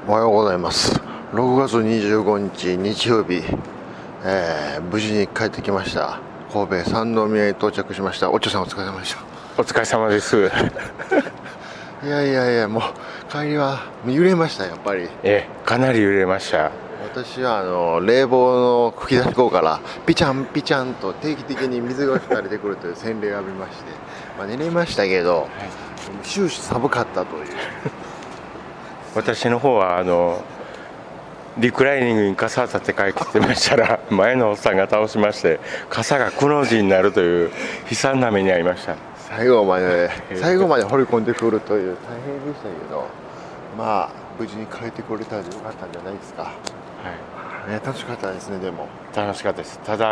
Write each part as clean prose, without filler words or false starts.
おはようございます。6月25日日曜日、無事に帰ってきました。神戸三宮に到着しました。おっちょさんお疲れ様でした。 お疲れ様です。 いやもう帰りは揺れました。やっぱりかなり揺れました。 私は冷房の吹き出し口からピチャンピチャンと定期的に水が吹かれてくるという洗礼を浴びまして、寝れましたけど、終始寒かったという私の方はリクライニングに傘を立て替えてましたら前のおっさんが倒しまして傘がくの字になるという悲惨な目に遭いました。 最後まで掘り込んでくるという大変でしたけど、無事に帰ってこれたらよかったんじゃないですか。楽しかったですね。でも楽しかったです。ただ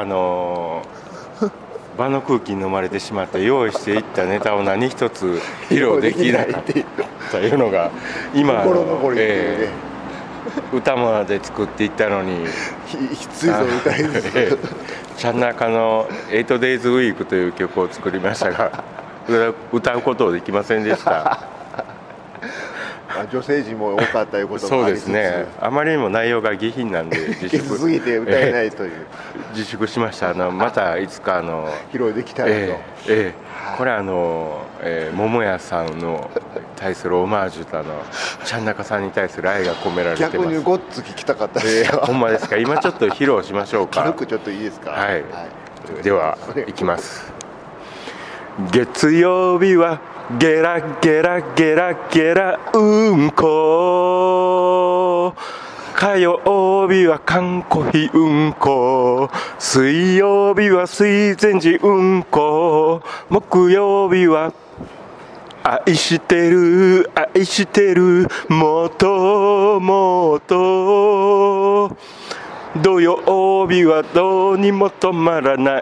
場の空気に飲まれてしまって用意していったネタを何一つ披露できないというのが今心残りっていうね、 歌まで作っていったのにきついぞ歌いずちゃん中の 8days ウィークという曲を作りましたが歌うことできませんでした女性陣も多かったいうこともありつつ、 そうですね、あまりにも内容が下品なんで下手すぎて歌えないという、 自粛しました。またいつか披露できたらと、 これ桃屋さんの対するオマージュとちゃん中さんに対する愛が込められてます。 逆にごっつ聞きたかったですよ、 ほんまですか。今ちょっと披露しましょうか。 軽くちょっといいですか。 ではいきます。月曜日はゲラゲラゲラゲラうんこ、火曜日は缶コーヒーうんこ、水曜日は水前寺うんこ、木曜日は愛してる愛してるもともと、土曜日はどうにも止まらない、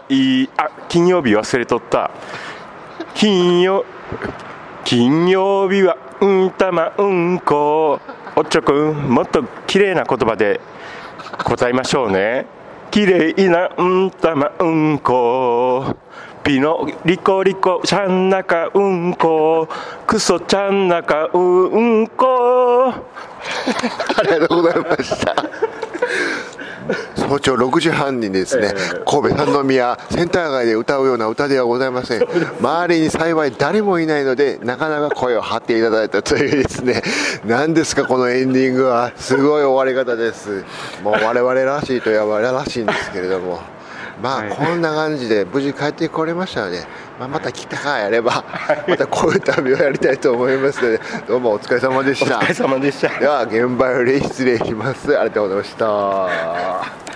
金曜日忘れとった。金曜日はうんたまうんこ。おっちょくん、もっと綺麗な言葉で答えましょうね。綺麗なうんたまうんこ、ピノリコリコちゃんなかうんこ、クソちゃんなかうんこありがとうございました早朝6時半にですね、神戸三宮センター街で歌うような歌ではございません。周りに幸い誰もいないのでなかなか声を張っていただいたというですね、何ですかこのエンディングは。すごい終わり方です。もう我々らしいといえば我々らしいんですけれども、こんな感じで無事帰ってこれましたので、また来たかやればまたこういう旅をやりたいと思いますので、どうもお疲れ様でした。 お疲れ様でした。 では現場より失礼します。ありがとうございました。